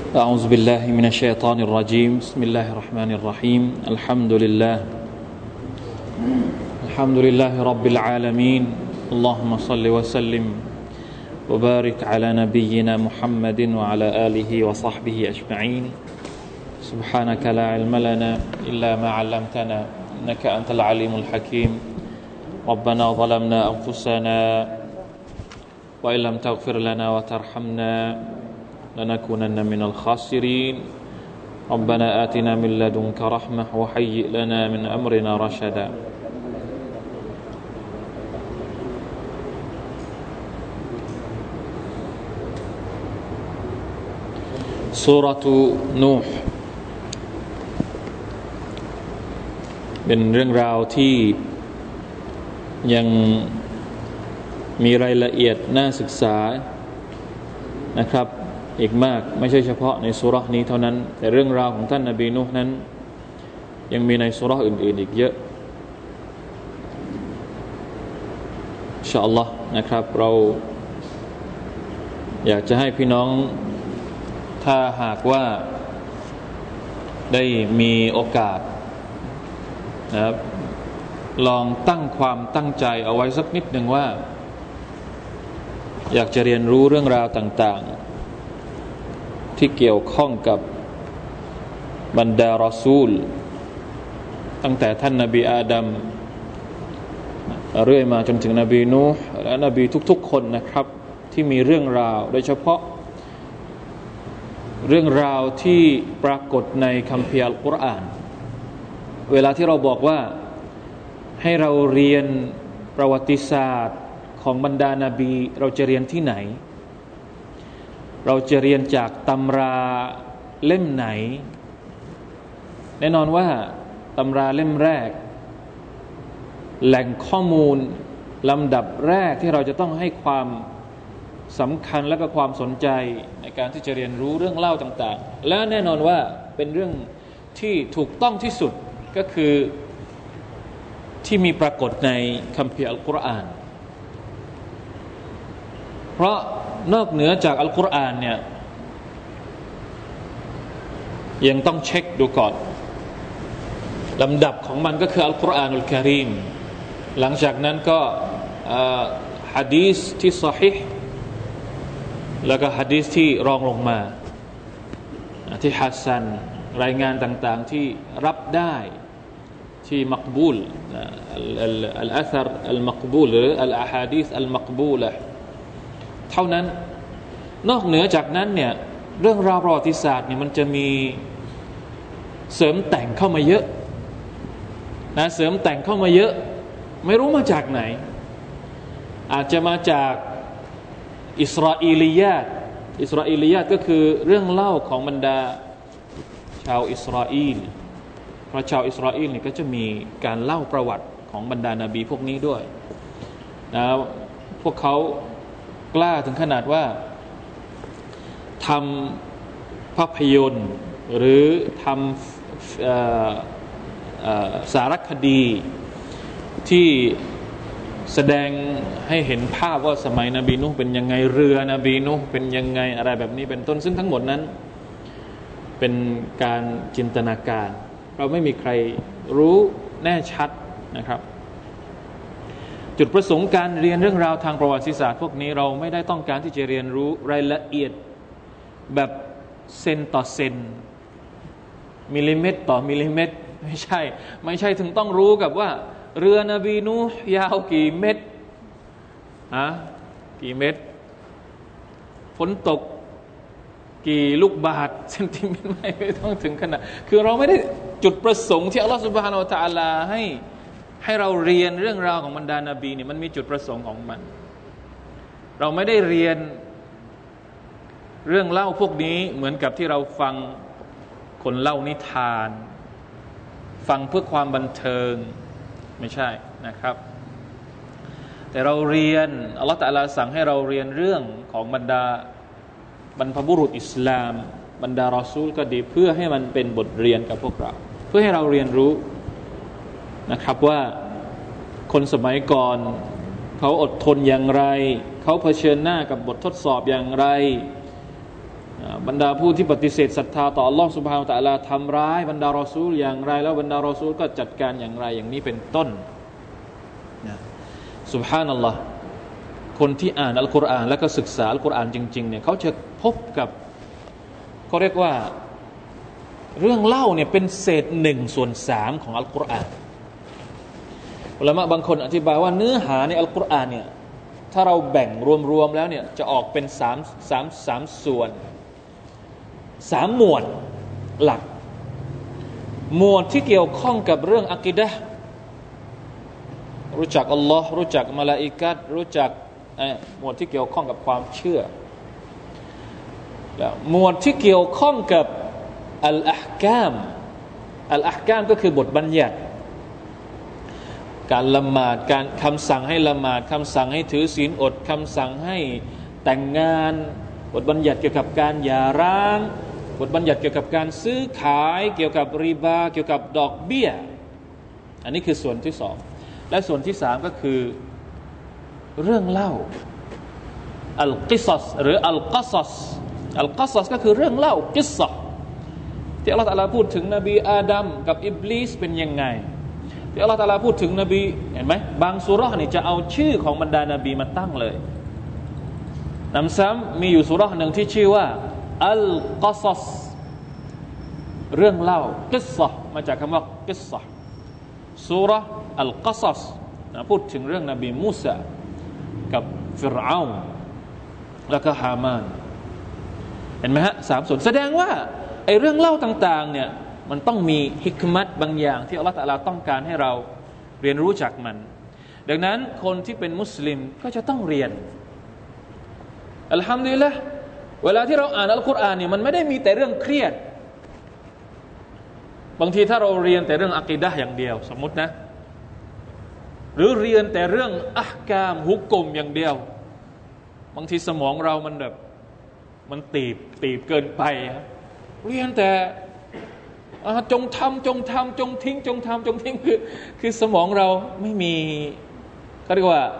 أعوذ بالله من الشيطان الرجيم بسم الله الرحمن الرحيم الحمد لله رب العالمين اللهم صل وسلم وبارك على نبينا محمد وعلى آله وصحبه أجمعين سبحانك لا علم لنا إلا ما علمتنا إنك أنت العليم الحكيم ربنا ظلمنا أنفسنا وإن لم تغفر لنا وترحمنا لنكونن من الخاسرين ربنا آتنا من لدنك رحمة وهيئ لنا من أمرنا رشدا سورة نوحเป็นเรื่องราวที่ยังมีรายละเอียดน่าศึกษานะครับอีกมากไม่ใช่เฉพาะในซูเราะห์นี้เท่านั้นแต่เรื่องราวของท่านนบีนูห์นั้นยังมีในซูเราะห์อื่นๆอีกเยอะอินชาอัลลอฮ์นะครับเราอยากจะให้พี่น้องถ้าหากว่าได้มีโอกาสนะครับลองตั้งความตั้งใจเอาไว้สักนิดหนึ่งว่าอยากจะเรียนรู้เรื่องราวต่างๆที่เกี่ยวข้องกับบรรดารอซูลตั้งแต่ท่านนบีอาดัมเรื่อยมาจนถึงนบีนูห์และนบีทุกๆคนนะครับที่มีเรื่องราวโดยเฉพาะเรื่องราวที่ปรากฏในคัมภีร์อัลกุรอานเวลาที่เราบอกว่าให้เราเรียนประวัติศาสตร์ของบรรดานาบีเราจะเรียนที่ไหนเราจะเรียนจากตำราเล่มไหนแน่นอนว่าตำราเล่มแรกแหล่งข้อมูลลำดับแรกที่เราจะต้องให้ความสำคัญและก็ความสนใจในการที่จะเรียนรู้เรื่องเล่าต่างๆและแน่นอนว่าเป็นเรื่องที่ถูกต้องที่สุดก็คือที่มีปรากฏในคัมภีร์อัลกุรอานเพราะนอกเหนือจากอัลกุรอานเนี่ยยังต้องเช็คดูก่อนลำดับของมันก็คืออัลกุรอานุลกะรีมหลังจากนั้นก็หะดีษที่ซอฮีห์แล้วก็หะดีษที่รองลงมาที่ฮัสซันรายงานต่างๆที่รับได้ที่มักบูลอัลอาธรอัลมักบูลหรืออัลอะฮาดีษอัลมักบูละเท่านั้นนอกเหนือจากนั้นเนี่ยเรื่องราวประวัติศาสตร์เนี่ยมันจะมีเสริมแต่งเข้ามาเยอะนะเสริมแต่งเข้ามาเยอะไม่รู้มาจากไหนอาจจะมาจากอิสราเอลียาตก็คือเรื่องเล่าของบรรดาชาวอิสราเอลเพราะชาวอิสราเอลเนี่ยก็จะมีการเล่าประวัติของบรรดานาบีพวกนี้ด้วยนะพวกเขากล้าถึงขนาดว่าทำภาพยนตร์หรือทำสารคดีที่แสดงให้เห็นภาพว่าสมัยนบีนูห์เป็นยังไงเรือนบีนูห์เป็นยังไงอะไรแบบนี้เป็นต้นซึ่งทั้งหมดนั้นเป็นการจินตนาการเราไม่มีใครรู้แน่ชัดนะครับจุดประสงค์การเรียนเรื่องราวทางประวัติศาสตร์พวกนี้เราไม่ได้ต้องการที่จะเรียนรู้รายละเอียดแบบเซนต่อเซนมิลลิเมตรต่อมิลลิเมตรไม่ใช่ถึงต้องรู้กับว่าเรือนบีนูห์ยาวกี่เมตรกี่เมตรฝนตกกี่ลูกบาศก์เซนติเมตรไม่ต้องถึงขนาดคือเราไม่ได้จุดประสงค์ที่อัลลอฮฺซุบฮานะฮูวะตะอาลาให้เราเรียนเรื่องราวของบรรดานาบีเนี่ยมันมีจุดประสงค์ของมันเราไม่ได้เรียนเรื่องเล่าพวกนี้เหมือนกับที่เราฟังคนเล่านิทานฟังเพื่อความบันเทิงไม่ใช่นะครับแต่เราเรียนอัลลอฮฺตะอาลาสั่งให้เราเรียนเรื่องของบรรดาบรรพบุรุษอิสลามบรรดารอซูลก็ดีเพื่อให้มันเป็นบทเรียนกับพวกเราเพื่อให้เราเรียนรู้นะครับว่าคนสมัยก่อน เขาอดทนอย่างไรเขาเผชิญหน้ากับบททดสอบอย่างไรบรรดาผู้ที่ปฏิเสธศรัทธาต่ออัลลอฮฺซุบฮานะฮูวะตะอาลาทำร้ายบรรดารอซูลอย่างไรแล้วบรรดารอซูลก็จัดการอย่างไรอย่างนี้เป็นต้นซุบฮานัลลอฮ์คนที่อ่านอัลกุรอานแล้วก็ศึกษาอัลกุรอานจริงๆเนี่ยเขาจะพบกับเขาเรียกว่าเรื่องเล่าเนี่ยเป็นเศษ1/3ของอัลกุรอานอุลามะบางคนอธิบายว่าเนื้อหาในอัลกุรอานเนี่ยถ้าเราแบ่งรวมๆแล้วเนี่ยจะออกเป็น3ส่วน3หมวดหลักหมวดที่เกี่ยวข้องกับเรื่องอะกีดะห์รู้จักอัลลอฮ์รู้จักมลาอิกะฮ์รู้จักหมวดที่เกี่ยวข้องกับความเชื่อแล้วหมวดที่เกี่ยวข้องกับอัลอะห์กามก็คือบทบัญญัติการละหมาดการคำสั่งให้ละหมาดคำสั่งให้ถือศีลอดคำสั่งให้แต่งงานบทบัญญัติเกี่ยวกับการหย่าร้างบทบัญญัติเกี่ยวกับการซื้อขายเกี่ยวกับริบาเกี่ยวกับดอกเบี้ยอันนี้คือส่วนที่2และส่วนที่3ก็คือเรื่องเล่าอัลกิซัสหรืออัลกัซัสก็คือเรื่องเล่ากิสซะที่อัลเลาะห์ตะอาลาพูดถึงนบีอาดัมกับอิบลิสเป็นยังไงที่อัลเลาะห์ตะอาลาพูดถึงนบีเห็นไหมบางซูเราะห์นี่จะเอาชื่อของบรรดานบีมาตั้งเลยนำซ้ำมีอยู่ซูเราะห์หนึ่งที่ชื่อว่าอัลกัซัสเรื่องเล่ากิสซะมาจากคำว่ากิสซะซูเราะห์อัลกัซัสพูดถึงเรื่องนบีมูซากับฟิรเอาน์แล้วก็ฮามานเห็นไหมฮะ3ส่วนแสดงว่าไอ้เรื่องเล่าต่างๆเนี่ยมันต้องมีฮิกมัตบางอย่างที่อัลเลาะห์ตะอาลาต้องการให้เราเรียนรู้จากมันดังนั้นคนที่เป็นมุสลิมก็จะต้องเรียนอัลฮัมดุลิลละห์เวลาที่เราอ่านอัลกุรอานเนี่ยมันไม่ได้มีแต่เรื่องเครียดบางทีถ้าเราเรียนแต่เรื่องอะกีดะห์อย่างเดียวสมมตินะหรือเรียนแต่เรื่องอะห์กามฮุกกลมอย่างเดียวบางทีสมองเรามันแบบมันตีบเกินไปเรียนแต่จงทำจงทิ้งจงทำจงทิ้งคือสมองเราไม่มีเขาเรียกว่า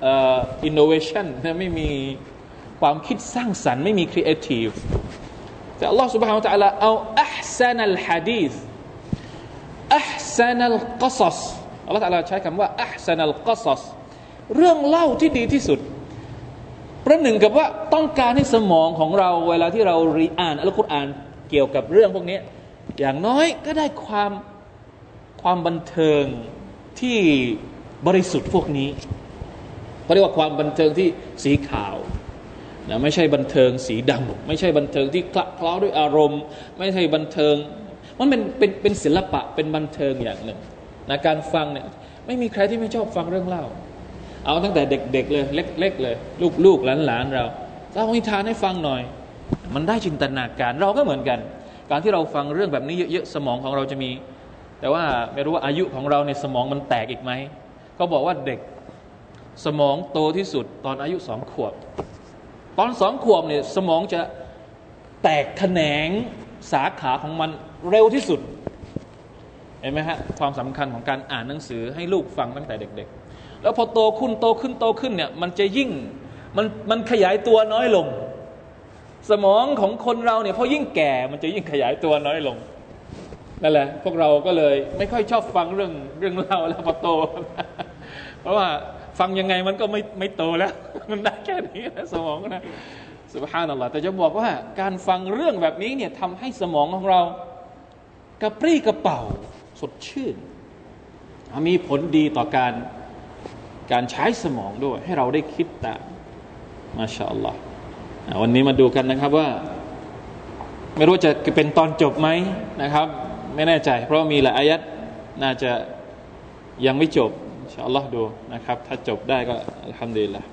innovation นะไม่มีความคิดสร้างสรรค์ไม่มี creative แต่อัลลอฮฺ سبحانه และ تعالى เอาอัพซานัลฮะดีษอัพซานัลกัศศอัลลอฮฺ تعالى ใช้คำว่าอัพซานัลกัศศเรื่องเล่าที่ดีที่สุดประหนึ่งกับว่าต้องการให้สมองของเราเวลาที่เราอ่านอัลกุรอานเกี่ยวกับเรื่องพวกนี้อย่างน้อยก็ได้ความบันเทิงที่บริสุทธิ์พวกนี้เขาเรียกว่าความบันเทิงที่สีขาวนะไม่ใช่บันเทิงสีดำไม่ใช่บันเทิงที่คละเคล้าด้วยอารมณ์ไม่ใช่บันเทิงมันเป็นศิลปะเป็นบันเทิงอย่างหนึ่งนะการฟังเนี่ยไม่มีใครที่ไม่ชอบฟังเรื่องเล่าเอาตั้งแต่เด็กๆเลยเล็กๆเลยลูกๆหลานๆเราเล่านิทานให้ฟังหน่อยมันได้จินตนาการเราก็เหมือนกันการที่เราฟังเรื่องแบบนี้เยอะๆสมองของเราจะมีแต่ว่าไม่รู้ว่าอายุของเราในสมองมันแตกอีกไหมเขาบอกว่าเด็กสมองโตที่สุดตอนอายุ2 ขวบตอน2 ขวบเนี่ยสมองจะแตกแขนงสาขาของมันเร็วที่สุดเห็นไหมฮะความสำคัญของการอ่านหนังสือให้ลูกฟังตั้งแต่เด็กๆแล้วพอโตขึ้นเนี่ยมันจะยิ่งมันขยายตัวน้อยลงสมองของคนเราเนี่ยพอยิ่งแก่มันจะยิ่งขยายตัวน้อยลงนั่นแหละพวกเราก็เลยไม่ค่อยชอบฟังเรื่องเล่าแล้วพอโตเพราะว่าฟังยังไงมันก็ไม่โตแล้วมันได้แค่นี้นะสมองนะซุบฮานัลลอฮ์แต่จะบอกว่าการฟังเรื่องแบบนี้เนี่ยทำให้สมองของเรากระปรี้กระเป๋าสดชื่นมีผลดีต่อการใช้สมองด้วยให้เราได้คิดตามมาชาอัลลอฮ์วันนี้มาดูกันนะครับว่าไม่รู้จะเป็นตอนจบไหมนะครับไม่แน่ใจเพราะมีหลายอายัดน่าจะยังไม่จบอินชาอัลลอฮ์ดูนะครับถ้าจบได้ก็อัลฮัมดุลิลละห์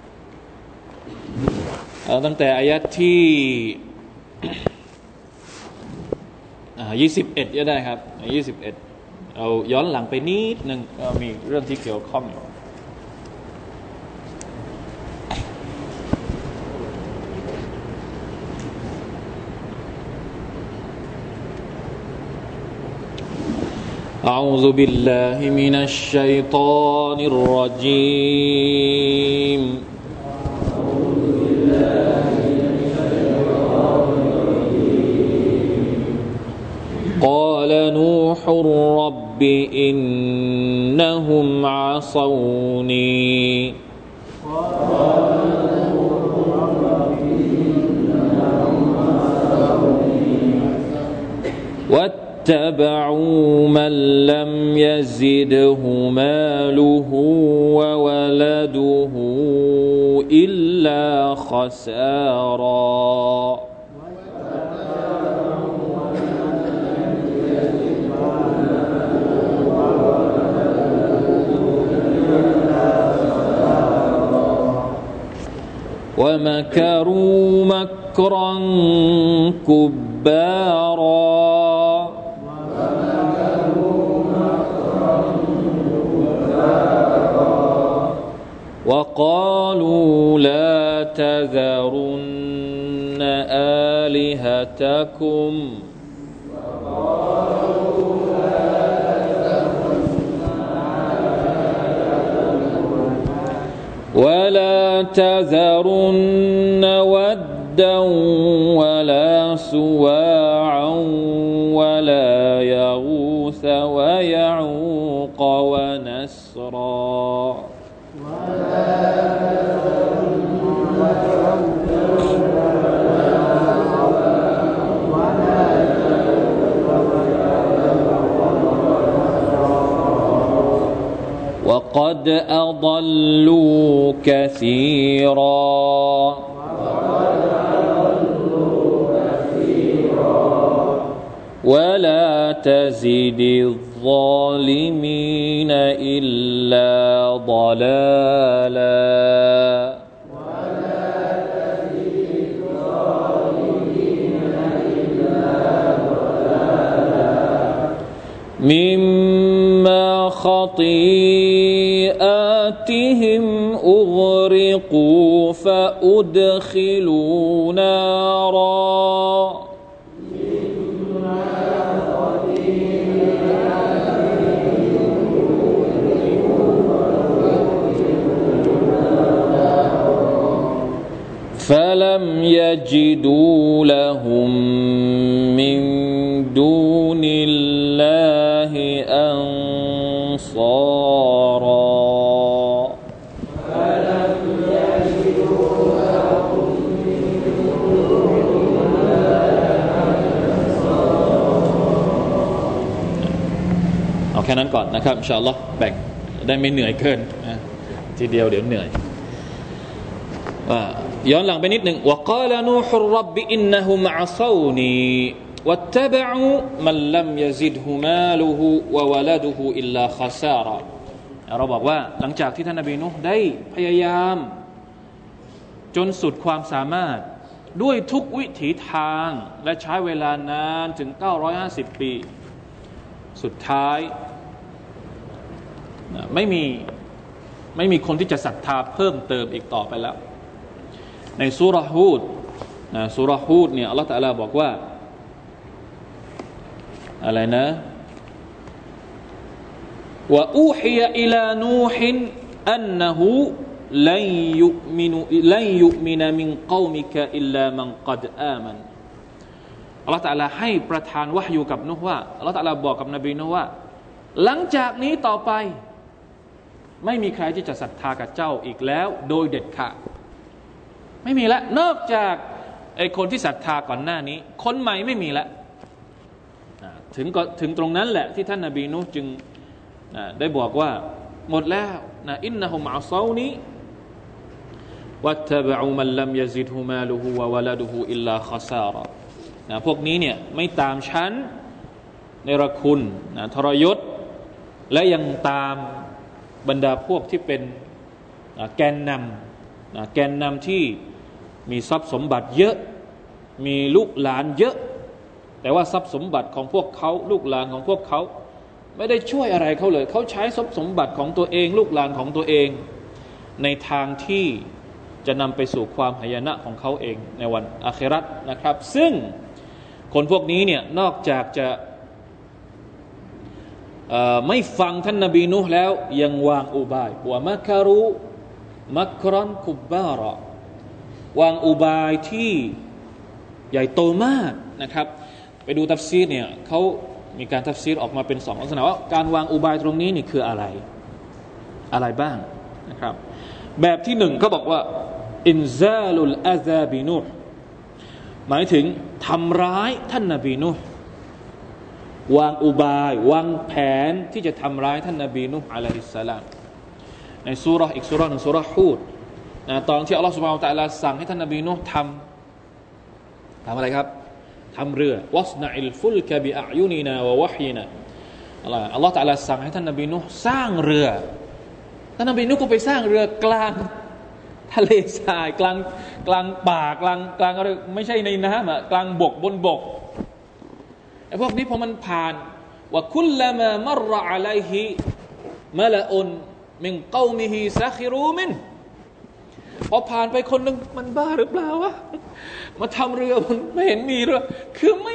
ตั้งแต่อายัดที่21ก็ได้ครับ21เอาย้อนหลังไปนิดนึงก็มีเรื่องที่เกี่ยวข้องอยู่أعوذ بالله من الشيطان الرجيم الرب إنهم عصوني واتبعوا من لم يزده ماله وولده إلا خسارا ومكروا مكرا كبارا وقالوا لا تذرن آلهتكم ولا تذرن ودا ولا سواعا ولا يغوث ويعوق ونسرا وقد أضلوا كثيرا ولا تزد الظالمين إلا ضلالا مما خطيئاتهم أغرقوا فأدخلوا نارا فلم يجدوا لهم من دون الله أنصاراเอาแค่นั้นก่อนนะครับอินชาอัลลอฮ์แบ่งได้ไม่เหนื่อยเกินทีเดียวเดี๋ยวเหนื่อยย้อนหลังไปนิดหนึ่งวะกาลนูฮุรร็อบบิอินนะฮุมอะซอนีวัตตะบะอูมันลัมยะซิดฮุมาลุฮุวะวะลาดุฮุอิลลาคอซาระเราบอกว่าหลังจากที่ท่านนบีนูฮ์ได้พยายามจนสุดความสามารถด้วยทุกวิถีทางและใช้เวลานานถึง950ปีสุดท้ายไม่มีคนที่จะศรัทธาเพิ่มเติมอีกต่อไปแล้วในซูเราะห์ฮูดซูเราะห์ฮูดเนี่ยอัลเลาะห์ตะอาลาบอกว่าอะไรนะวะอูฮิยะอิลานูฮินอันนะฮูลันยุมินมินกอมิกะอิลลามันกัดอามันอัลเลาะห์ตะอาลาให้ประทานวะห์ยูกับนูฮ์ว่าอัลเลาะห์ตะอาลาบอกกับนบีนูฮ์ว่าหลังจากนี้ต่อไปไม่มีใครที่จะศรัทธากับเจ้าอีกแล้วโดยเด็ดขาดไม่มีละนอกจากไอ้คนที่ศรัทธาก่อนหน้านี้คนใหม่ไม่มีละถึงตรงนั้นแหละที่ท่านนบีนูฮ์จึงได้บอกว่าหมดแล้วนะอินนะฮุมอะซอนีวัตตะบะอูมันลัมยะซิดฮุมาลุฮุวะวะลาดุฮุอิลลาคอซาระพวกนี้เนี่ยไม่ตามฉันเนรคุณทรยศและยังตามบรรดาพวกที่เป็นแกนนำที่มีทรัพย์สมบัติเยอะมีลูกหลานเยอะแต่ว่าทรัพย์สมบัติของพวกเขาลูกหลานของพวกเขาไม่ได้ช่วยอะไรเขาเลยเขาใช้ทรัพย์สมบัติของตัวเองลูกหลานของตัวเองในทางที่จะนำไปสู่ความหายนะของเขาเองในวันอาคิเราะห์นะครับซึ่งคนพวกนี้เนี่ยนอกจากจะไม่ฟังท่านนบีนูฮ์แล้วยังวางอุบายวะมักรุมักรันกุบบาระวางอุบายที่ใหญ่โตมากนะครับไปดูตัฟซีรเนี่ยเขามีการทัฟซีรออกมาเป็น2ลักษณะว่าการวางอุบายตรงนี้นี่คืออะไรบ้างนะครับแบบที่1ก็บอกว่าอินซาลุลอาซาบินูฮ์หมายถึงทำร้ายท่านนบีนูฮ์วางอุบายวางแผนที่จะทำร้ายท่านนบีนูฮ์อะลัยฮิสสลามในซูเราะห์อีกซูเราะห์หนึ่งซูเราะห์ฮูดตอนที่อัลลอฮฺซุบฮานะฮูวะตะอาลาสั่งให้ท่านนบีนูฮ์ทำอะไรครับทำเรือวัสนะอิลฟุลกะบิอะอยุนินาวะวะฮยินาอัลลอฮฺตะอาลาสั่งให้ท่านนบีนูฮ์สร้างเรือท่านนบีนูฮ์ก็ไปสร้างเรือกลางทะเลทรายกลางป่ากลางอะไรไม่ใช่ในน้ำกลางบกบนบกไอ้พวกนี้พอมันผ่านว่าคุลลามามะรอะลัยฮิมะละอุนมินกอมิฮิซะคิรูมินพอผ่านไปคนนึงมันบ้าหรือเปล่าวะมาทำเรือมันไม่เห็นมีเรือคือไม่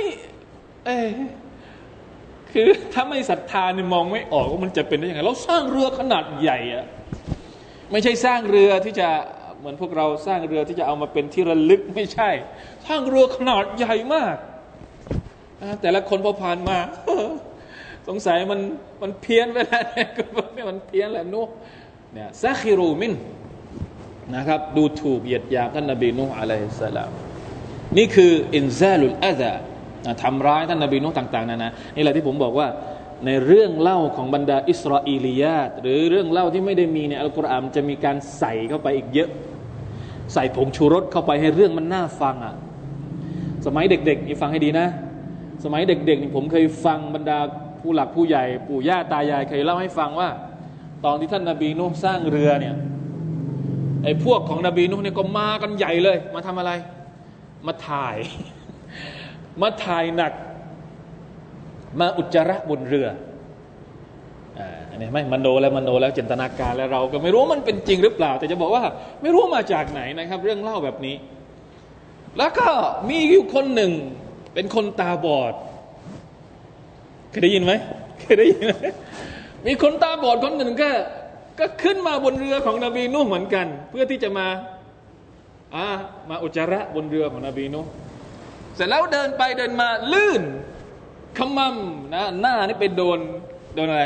คือถ้าไม่ศรัทธาเนี่ยมองไม่ออกว่ามันจะเป็นได้ยังไงเราสร้างเรือขนาดใหญ่อะไม่ใช่สร้างเรือที่จะเหมือนพวกเราสร้างเรือที่จะเอามาเป็นที่ระลึกไม่ใช่สร้างเรือขนาดใหญ่มากแต่ละคนพอผ่านมาสงสัยมันเพี้ยนไปแล้วเนี่ยมันเพี้ยนแล้วนูเนี่ยซะคิรูมินนะครับดูถูกเหยียดหยามท่านนบีนูฮ์อะลัยฮิสสลามนี่คืออินซาลุลอาซาทำร้ายท่านนบีนูฮ์ต่างๆนะนี่แหละที่ผมบอกว่าในเรื่องเล่าของบรรดาอิสราเอลียาตหรือเรื่องเล่าที่ไม่ได้มีในอัลกุรอานจะมีการใส่เข้าไปอีกเยอะใส่ผงชูรสเข้าไปให้เรื่องมันน่าฟังสมัยเด็กๆนี่ฟังให้ดีนะสมัยเด็กๆนี่ผมเคยฟังบรรดาผู้หลักผู้ใหญ่ปู่ย่าตายายเคยเล่าให้ฟังว่าตอนที่ท่านนบีนูฮ์สร้างเรือเนี่ยไอ้พวกของนบีนูฮ์เนี่ยก็มากันใหญ่เลยมาทำอะไรมาถ่ายหนักมาอุจจาระบนเรืออันนี้ไม่มโนแล้วจินตนาการแล้วเราก็ไม่รู้มันเป็นจริงหรือเปล่าแต่จะบอกว่าไม่รู้มาจากไหนนะครับเรื่องเล่าแบบนี้แล้วก็มีอยู่คนหนึ่งเป็นคนตาบอดเคยได้ยินไหมมีคนตาบอดคนหนึ่งก็ขึ้นมาบนเรือของนบีนูฮ์เหมือนกันเพื่อที่จะมาอุจจาระบนเรือของนบีนูฮ์เสร็จแล้วเดินไปเดินมาลื่นขมำนะหน้านี่ไปโดนอะไร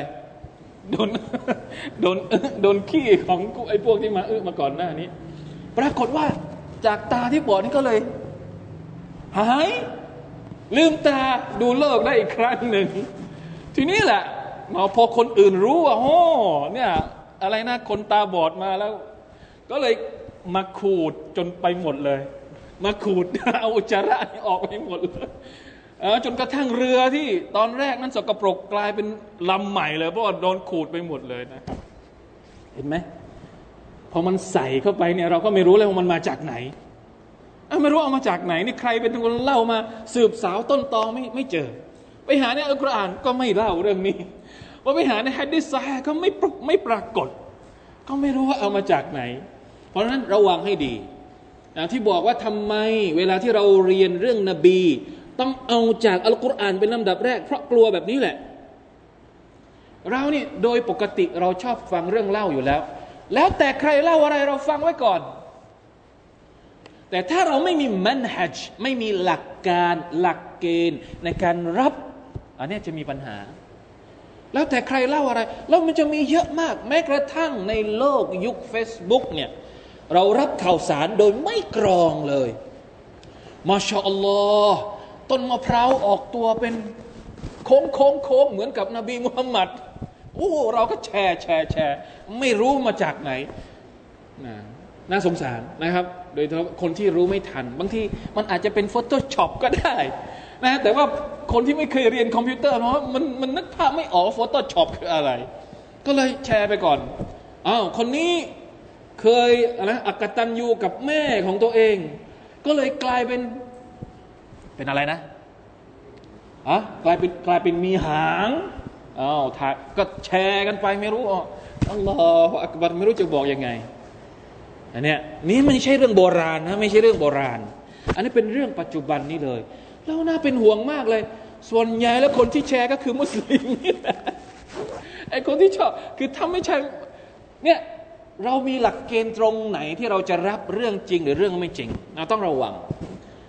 โดนขี้ของไอ้พวกที่มาก่อนหน้านี้ปรากฏว่าจากตาที่บอดนี่ก็เลยหายลืมตาดูโลกได้อีกครั้งหนึ่งทีนี้แหละพอคนอื่นรู้ว่าโอ้เนี่ยอะไรนะคนตาบอดมาแล้วก็เลยมาขูดจนไปหมดเลยมาขูดเอาอุจจาระออกไปหมดเลยจนกระทั่งเรือที่ตอนแรกนั้นสกปรกกลายเป็นลำใหม่เลยเพราะว่าโดนขูดไปหมดเลยนะครับเห็นไหมพอมันใส่เข้าไปเนี่ยเราก็ไม่รู้เลยว่ามันมาจากไหนไม่รู้เอามาจากไหนนี่ใครเป็นคนเล่ามาสืบสาวต้นตอไม่เจอไปหาในอัลกุรอานก็ไม่เล่าเรื่องนี้ว่าไปหาในหะดีษซอฮีฮ์ก็ไม่ปรากฏก็ไม่รู้ว่าเอามาจากไหนเพราะฉะนั้นระวังให้ดีที่บอกว่าทำไมเวลาที่เราเรียนเรื่องนบีต้องเอาจากอัลกุรอานเป็นลำดับแรกเพราะกลัวแบบนี้แหละเรานี่โดยปกติเราชอบฟังเรื่องเล่าอยู่แล้วแต่ใครเล่าอะไรเราฟังไว้ก่อนแต่ถ้าเราไม่มีมันฮัจไม่มีหลักการหลักเกณฑ์ในการรับอันนี้จะมีปัญหาแล้วแต่ใครเล่าอะไรแล้วมันจะมีเยอะมากแม้กระทั่งในโลกยุค Facebook เนี่ยเรารับข่าวสารโดยไม่กรองเลยมาชาอัลลอฮ์ต้นมะพร้าวออกตัวเป็นโค้งเหมือนกับนบีมุฮัมมัดเราก็แชร์ไม่รู้มาจากไหนน่าสงสารนะครับโดยเฉพาะคนที่รู้ไม่ทันบางทีมันอาจจะเป็น Photoshop ก็ได้นะแต่ว่าคนที่ไม่เคยเรียนคอมพิวเตอร์เพราะมันนึกภาพไม่ออก Photoshop คืออะไรก็เลยแชร์ไปก่อนคนนี้เคยอักตันยูกับแม่ของตัวเองก็เลยกลายเป็นอะไรนะกลายเป็นมีหางก็แชร์กันไปไม่รู้อัลลอฮฺอักบัรไม่รู้จะบอกยังไงอันเนี้ยนี่ไม่ใช่เรื่องโบราณนะไม่ใช่เรื่องโบราณอันนี้เป็นเรื่องปัจจุบันนี้เลยแล้วน่าเป็นห่วงมากเลยส่วนใหญ่แล้วคนที่แชร์ก็คือมุสลิมนี่แหละไอ้คนที่ชอบคือถ้าไม่ใช่เนี่ยเรามีหลักเกณฑ์ตรงไหนที่เราจะรับเรื่องจริงหรือเรื่องไม่จริงเราต้องระวัง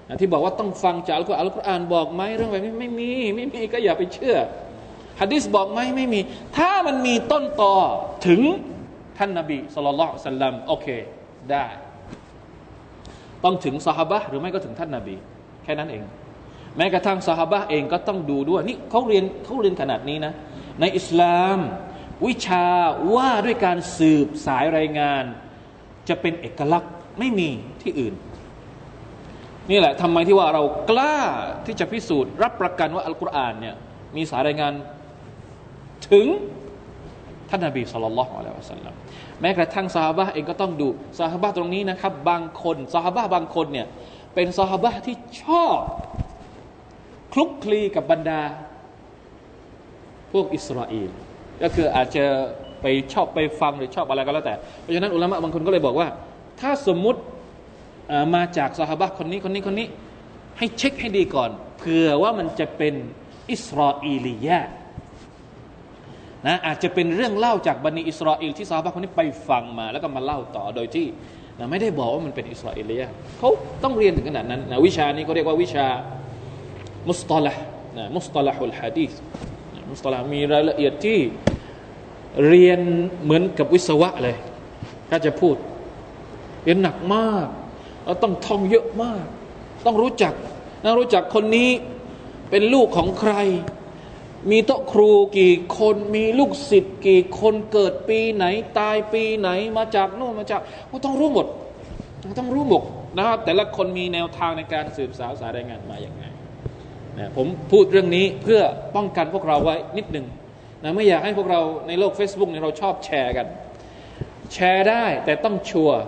ที่บอกว่าต้องฟังจากอัลกุรอานบอกไหมเรื่องแบบนี้ไม่มีก็อย่าไปเชื่อหะดีษบอกไหมไม่มีถ้ามันมีต้นตอถึงท่านนบีศ็อลลัลลอฮุอะลัยฮิวะซัลลัมโอเคได้ต้องถึงซอฮาบะห์หรือไม่ก็ถึงท่านนบีแค่นั้นเองแม้กระทั่งซอฮาบะห์เองก็ต้องดูด้วยนี่เขาเรียนขนาดนี้นะในอิสลามวิชาว่าด้วยการสืบสายรายงานจะเป็นเอกลักษณ์ไม่มีที่อื่นนี่แหละทำไมที่ว่าเรากล้าที่จะพิสูจน์รับประกันว่าอัลกุรอานเนี่ยมีสายรายงานถึงท่านนบีศ็อลลัลลอฮุอะลัยฮิวะซัลลัมแม้กระทั่งซอฮาบะห์เองก็ต้องดูซอฮาบะห์ตรงนี้นะครับบางคนซอฮาบะห์บางคนเนี่ยเป็นซอฮาบะห์ที่ชอบคลุกคลีกับบรรดาพวกอิสราเอลก็คืออาจจะไปชอบไปฟังหรือชอบอะไรก็แล้วแต่เพราะฉะนั้นอุลามะบางคนก็เลยบอกว่าถ้าสมมุติมาจากซอฮาบะห์คนนี้ให้เช็คให้ดีก่อนเผื่อว่ามันจะเป็นอิสราเอลียะนะอาจจะเป็นเรื่องเล่าจากบันิอิสราเอลที่ซอฮาบะห์คนนี้ไปฟังมาแล้วก็มาเล่าต่อโดยที่นะไม่ได้บอกว่ามันเป็นอิสราเอลียะเขาต้องเรียนถึงขนาดนั้นนะวิชานี้เขาเรียกว่าวิชามุสตะละห์นะมุสตะละฮุลหะดีษมุสตะละห์มีรายละเอียดที่เรียนเหมือนกับวิศวะเลยถ้าจะพูดเรียนหนักมากเราต้องท่องเยอะมากต้องรู้จักคนนี้เป็นลูกของใครมีโต๊ะครูกี่คนมีลูกศิษย์กี่คนเกิดปีไหนตายปีไหนมาจากโน่นมาจากต้องรู้หมดนะครับแต่ละคนมีแนวทางในการสืบสาวสายรายงานมาอย่างไงนะผมพูดเรื่องนี้เพื่อป้องกันพวกเราไว้นิดนึงนะไม่อยากให้พวกเราในโลก Facebook เนี่ยเราชอบแชร์กันแชร์ได้แต่ต้องชัวร์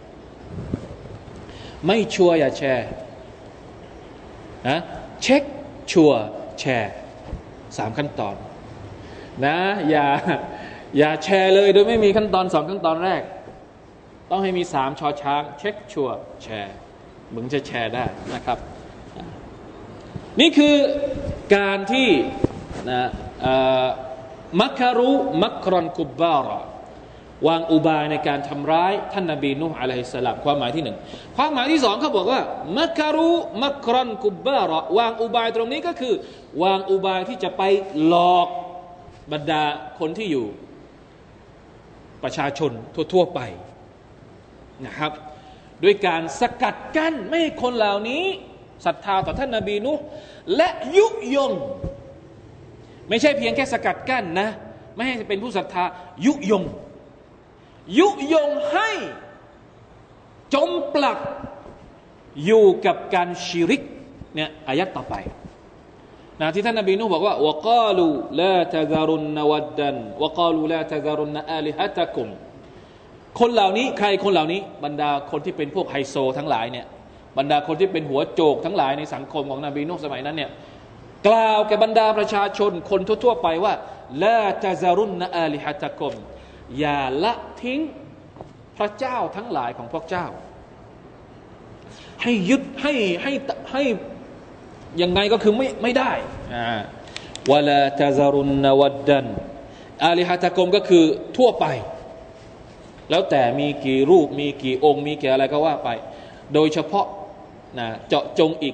ไม่ชัวร์อย่าแชร์นะเช็คชัวร์แชร์3ขั้นตอนนะอย่าแชร์เลยโดยไม่มีขั้นตอน2ขั้นตอนแรกต้องให้มี3ชอช้างเช็คชัวร์แชร์มึงจะแชร์ได้นะครับนี่คือการที่นะมักรุมักรอนกุบบาระวางอุบายในการทำร้ายท่านนบีนูฮ์อะลัยฮิสสลามความหมายที่1ความหมายที่2เขาบอกว่ามักรุมักรอนกุบบาระวางอุบายตรงนี้ก็คือวางอุบายที่จะไปหลอกบรรดาคนที่อยู่ประชาชนทั่วไปนะครับด้วยการสกัดกั้นไม่ให้คนเหล่านี้ศรัทธาต่อท่านนบีนูฮ์และยุยงไม่ใช่เพียงแค่สกัดกั้นนะไม่ให้เป็นผู้ศรัทธายุยงให้จมปลักอยู่กับการชิริกเนี่ยอายัดต่อไปนะที่ท่านนบีนูฮ์บอกว่าวะกาลูลาตะซารุนวัดดันวะกาลูลาตะซารุนอาลิฮะตะกุมคนเหล่านี้ใครคนเหล่านี้บรรดาคนที่เป็นพวกไฮโซทั้งหลายเนี่ยบรรดาคนที่เป็นหัวโจกทั้งหลายในสังคมของนบีนูฮ์สมัยนั้นเนี่ยกล่าวแก่บรรดาประชาชนคนทั่วไปว่าลาตะซารุนอาลิฮะตะกุมอย่าละทิ้งพระเจ้าทั้งหลายของพวกเจ้าให้ยึดให้ยังไงก็คือไม่ได้วะลาตะซารุนวัดดันอาลิฮะตะกุมก็คือทั่วไปแล้วแต่มีกี่รูปมีกี่องค์มีกี่อะไรก็ว่าไปโดยเฉพาะนะเจาะจงอีก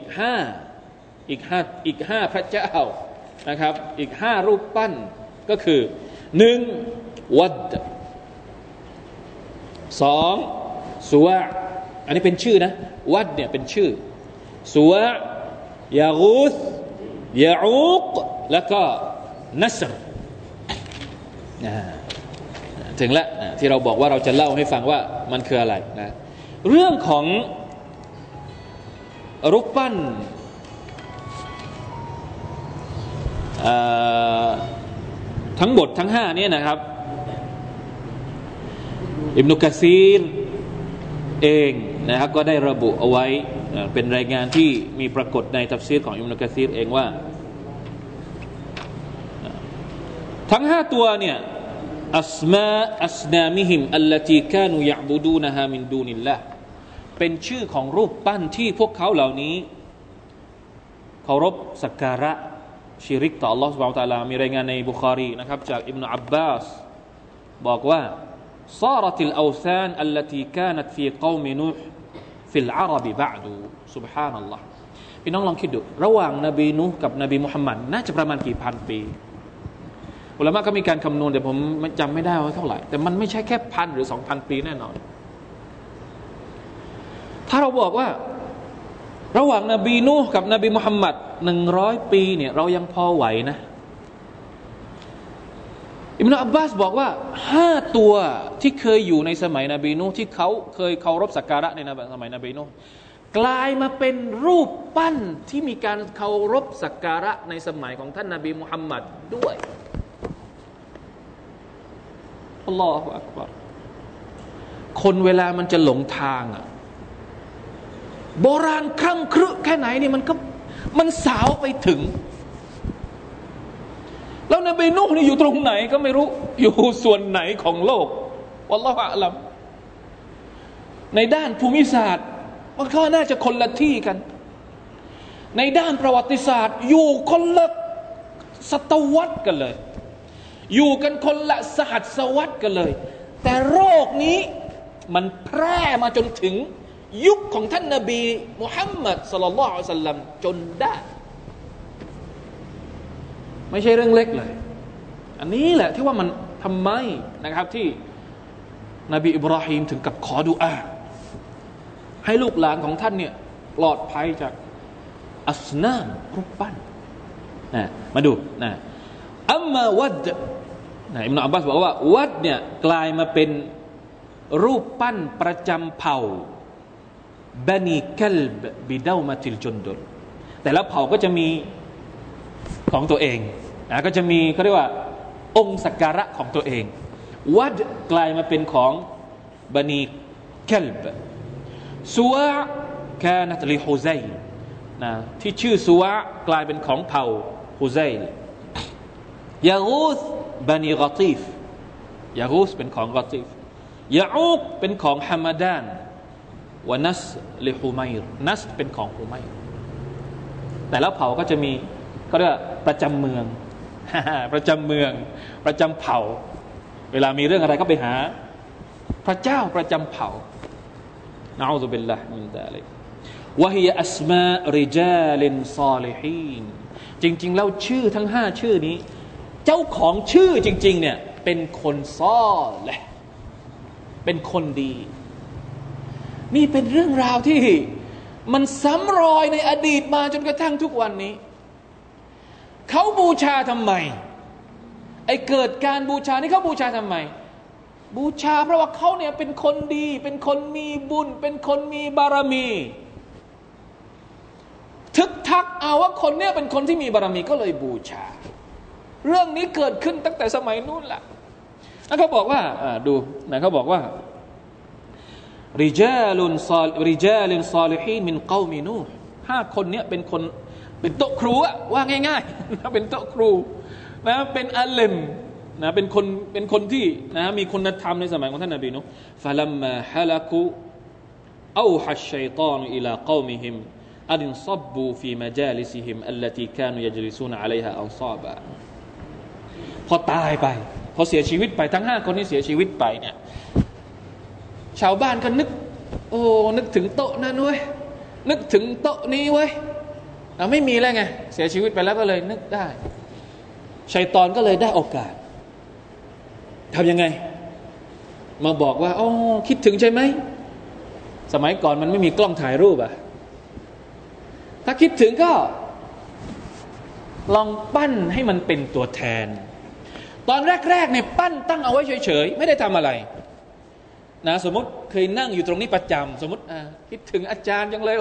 ห้าพระเจ้านะครับอีก5รูปปั้นก็คือ1วัด2สุวะอันนี้เป็นชื่อนะวัดเนี่ยเป็นชื่อสุวะยะกูธยะอูกแล้วก็นัสรถึงแล้วที่เราบอกว่าเราจะเล่าให้ฟังว่ามันคืออะไรนะเรื่องของรูปปั้นทั้งหมดทั้ง5เนี่ยนะครับอิบนุกะซีรเองนะครับก็ได้ระบุเอาไว้เป็นรายงานที่มีปรากฏในตัฟซีรของอิบนุกะซีรเองว่าทั้ง5ตัวเนี่ยอัสนามิฮิมอัลลตีกานูยะบุดูนะฮามินดูนิลลาห์เป็นชื่อของรูปปั้นที่พวกเขาเหล่านี้เคารพสักการะชิริกต่อ Allah Subhanahu Wa Taala มีรายงานในบุคอรีนะครับจากอิบนุอับบาสบอกว่า صارت الأوثان التي كانت في قوم نوح في العرب بعد سبحان الله พี่น้องลองคิดดูระหว่างนบีนูห์กับนบีมุฮัมมัดน่าจะประมาณกี่พันปีอุลามะก็มีการคำนวณแต่ผมจำไม่ได้ว่าเท่าไหร่แต่มันไม่ใช่แค่1,000 หรือ 2,000 ปีแน่นอนถ้าเราบอกว่าระหว่างนบีนูห์กับนบีมุฮัมมัด100 ปีเนี่ยเรายังพอไหวนะอิบนุอับบาสบอกว่า5 ตัวที่เคยอยู่ในสมัยนบีนูห์ที่เขาเคยเคารพสักการะในสมัยนบีนูห์กลายมาเป็นรูปปั้นที่มีการเคารพสักการะในสมัยของท่านนบีมุฮัมมัดด้วยอัลลอฮฺอักบัรคนเวลามันจะหลงทางอ่ะโบราณครั่งครึแค่ไหนนี่มันสาวไปถึงแล้วนบีนูห์นี่อยู่ตรงไหนก็ไม่รู้อยู่ส่วนไหนของโลกวัลลอฮุอะลัมในด้านภูมิศาสตร์มันก็น่าจะคนละที่กันในด้านประวัติศาสตร์อยู่คนละศตวรรษกันเลยอยู่กันคนละสหัสวรรษกันเลยแต่โรคนี้มันแพร่มาจนถึงยุคของท่านนบีมุฮัมมัดศ็อลลัลลอฮุอะลัยฮิวะซัลลัมจนได้ไม่ใช่เรื่องเล็กเลยอันนี้แหละที่ว่ามันทำไมนะครับที่นบีอิบราฮิมถึงกับขอดุอาให้ลูกหลานของท่านเนี่ยปลอดภัยจากอัสนามรูปปั้นมาดูนะอัมมาวัดอิบนุอับบาสบอกว่าวัดเนี่ยกลายมาเป็นรูปปั้นประจำเผ่าบานีกัลบบิดาวมาติลจุนดุลแต่ละเผ่าก็จะมีของตัวเองก็จะมีเขาเรียกว่าองค์สักการะของตัวเองวัดกลายมาเป็นของบานีกัลบซัวกานัตลิฮุซัยนะที่ชื่อซัวกลายเป็นของเผ่าฮุซัยยากูสบานีกอตีฟยากูสเป็นของกอตีฟยาอูกเป็นของฮัมมาดานวะนัสลิฮุมัยรนัสเป็นของฮุมัยรแต่ละเผ่าก็จะมีเขาเรียกประจำเมือง ประจำเมืองประจำเผ่าเวลามีเรื่องอะไรก็ไปหาพระเจ้าประจำเผ่านะอูซุบิลลาฮิมินซาลิกวะฮิยะอัสมาริจาลินศอลิฮีนจริงๆแล้วชื่อทั้ง5ชื่อนี้เจ้าของชื่อจริงๆเนี่ยเป็นคนซอลิห์เป็นคนดีนี่เป็นเรื่องราวที่มันซ้ำรอยในอดีตมาจนกระทั่งทุกวันนี้เขาบูชาทำไมไอ้เกิดการบูชานี่เขาบูชาทำไมบูชาเพราะว่าเขาเนี่ยเป็นคนดีเป็นคนมีบุญเป็นคนมีบารมีทึกทักเอาว่าคนเนี่ยเป็นคนที่มีบารมีก็เลยบูชาเรื่องนี้เกิดขึ้นตั้งแต่สมัยนู้นแหละแล้วเขาบอกว่าดูนะเขาบอกว่าริจาลุนซอลิฮีนมินกอมินูห์5 คนเนี่ยเป็นคนเป็นโต๊ะครูว่าง่ายๆเป็นโต๊ะครูนะเป็นอาเลมนะเป็นคนที่นะมีคุณธรรมในสมัยของท่านนบีนูห์ฟะลัมมาฮะละกูเอาฮัชชัยฏอนอิลากอมิฮิมอันซับบูฟีมะจาลิซิฮิมอัลลตีกานูยัจลิซูนอะลัยฮาอัลซาบะพอตายไปพอเสียชีวิตไปทั้ง5 คนนี้เสียชีวิตไปเนี่ยชาวบ้านก็นึกถึงโต๊ะนั้นเว้ยนึกถึงโต๊ะนี้เว้ยไม่มีแล้วไงเสียชีวิตไปแล้วก็เลยนึกได้ชัยฏอนก็เลยได้โอกาสทำยังไงมาบอกว่าคิดถึงใช่ไหมสมัยก่อนมันไม่มีกล้องถ่ายรูปถ้าคิดถึงก็ลองปั้นให้มันเป็นตัวแทนตอนแรกๆเนี่ยปั้นตั้งเอาไว้เฉยๆไม่ได้ทำอะไรนะสมมติเคยนั่งอยู่ตรงนี้ประจำสมมติคิดถึงอาจารย์จังเลย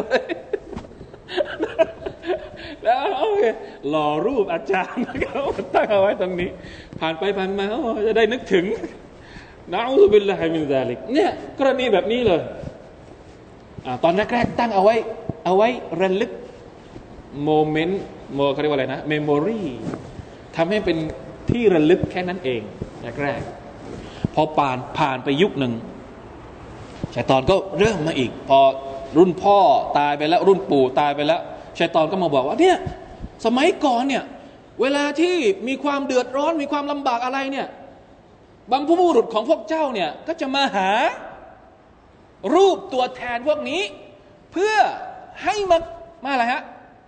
แล้วหล่อรูปอาจารย์เขาตั้งเอาไว้ตรงนี้ผ่านไปผ่านมาจะได้นึกถึงนะอูซุบิลลาฮิมินซาลิกเนี่ยกรณีแบบนี้เลยตอนแรกๆตั้งเอาไว้ระลึกโมเมนต์เขาเรียกว่าอะไรนะเมมโมรีทำให้เป็นที่ระลึกแค่นั้นเองแรกๆพอผ่านไปยุคหนึ่งชัยฏอนก็เริ่มมาอีกพอรุ่นพ่อตายไปแล้วรุ่นปู่ตายไปแล้วชัยฏอนก็มาบอกว่าเนี่ยสมัยก่อนเนี่ยเวลาที่มีความเดือดร้อนมีความลำบากอะไรเนี่ยบรรพบุรุษของพวกเจ้าเนี่ยก็จะมาหารูปตัวแทนพวกนี้เพื่อให้มาอะไรฮะ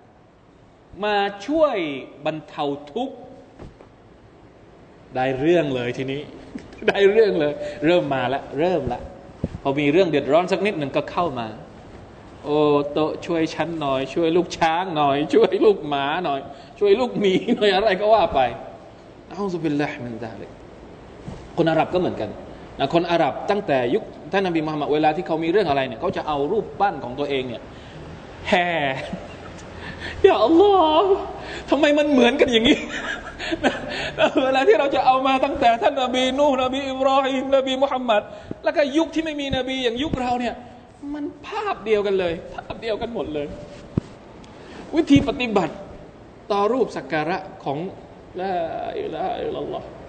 มาช่วยบรรเทาทุกข์ได้เรื่องเลยทีนี้ ได้เรื่องเลยเริ่มมาแล้วเริ่มละพอมีเรื่องเดือดร้อนสักนิดหนึ่งก็เข้ามาโอ้โตช่วยฉันหน่อยช่วยลูกช้างหน่อยช่วยลูกหมาหน่อยช่วยลูกหมีหน่อยอะไรก็ว่าไปอัลลอฮฺซุบิลลาฮิมินซาลิกคนอาหรับก็เหมือนกันนะคนอาหรับตั้งแต่ยุคท่านนบีมุฮัมมัดเวลาที่เขามีเรื่องอะไรเนี่ยเขาจะเอารูปปั้นของตัวเองเนี่ยแห่อย่าอัลลอฮ์ทำไมมันเหมือนกันอย่างนี้เวลาที่เราจะเอามาตั้งแต่ท่านนบีนูห์นบีอิบรอฮีมนบีมุฮัมมัดแล้วก็ยุคที่ไม่มีนบีอย่างยุคเราเนี่ยมันภาพเดียวกันเลยภาพเดียวกันหมดเลยวิธีปฏิบัติต่อรูปสักการะของลาอิลาฮะอิลลัลลอฮ์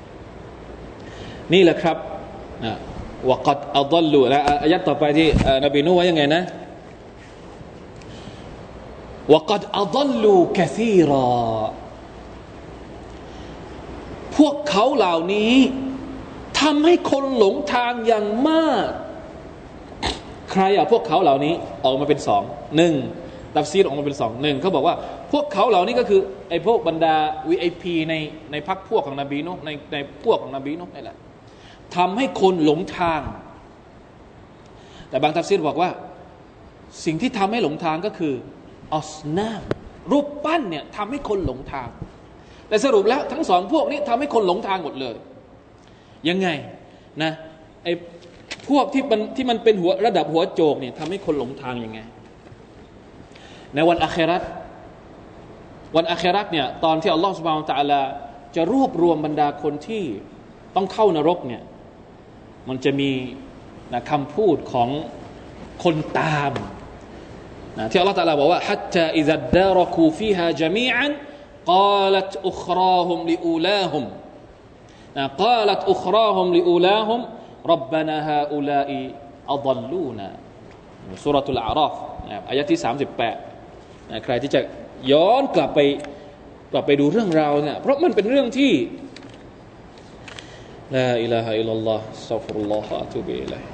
นี่แหละครับวะกัดอัฎลลูและอายะห์ต่อไปที่นบีนูห์ว่ายังไงนะวะกัดอัฎลลูกะซีรอพวกเขาเหล่านี้ทำให้คนหลงทางอย่างมากใครพวกเขาเหล่านี้ออกมาเป็นสองหนึ่งตัฟซีรออกมาเป็นสองหนึ่งเขาบอกว่าพวกเขาเหล่านี้ก็คือไอ้พวกบรรดา VIP ในพรรคพวกของนบีนูห์ในพวกของนบีนูห์นี่แหละทำให้คนหลงทางแต่บางตัฟซีรบอกว่าสิ่งที่ทำให้หลงทางก็คืออัสนามรูปปั้นเนี่ยทำให้คนหลงทางแต่สรุปแล้วทั้งสองพวกนี้ทำให้คนหลงทางหมดเลยยังไงนะไอ้พวกที่มันเป็นหัวระดับหัวโจกเนี่ยทำให้คนหลงทางยังไงในวันอาคิเราะห์เนี่ยตอนที่อัลลอฮฺซุบฮานะฮูวะตะอาลาจะรวบรวมบรรดาคนที่ต้องเข้านรกเนี่ยมันจะมีนะคำพูดของคนตามนะที่อัลลอฮฺตะอาลาบอกว่า حتى إذا اداركوا فيها جميعا قالت أخراهم لأولاهم قالت أخراهم لأولاهم ربنا هؤلاء أضلونا ซูเราะตุลอาราฟอายะห์ที่38ใครที่จะย้อนกลับไปดูเรื่องราวเนี่ยเพราะมันเป็นเรื่องที่ลาอิลาฮะอิลลัลลอฮ์อัสตัฆฟิรุลลอฮะอะตูบิอิลัยฮิ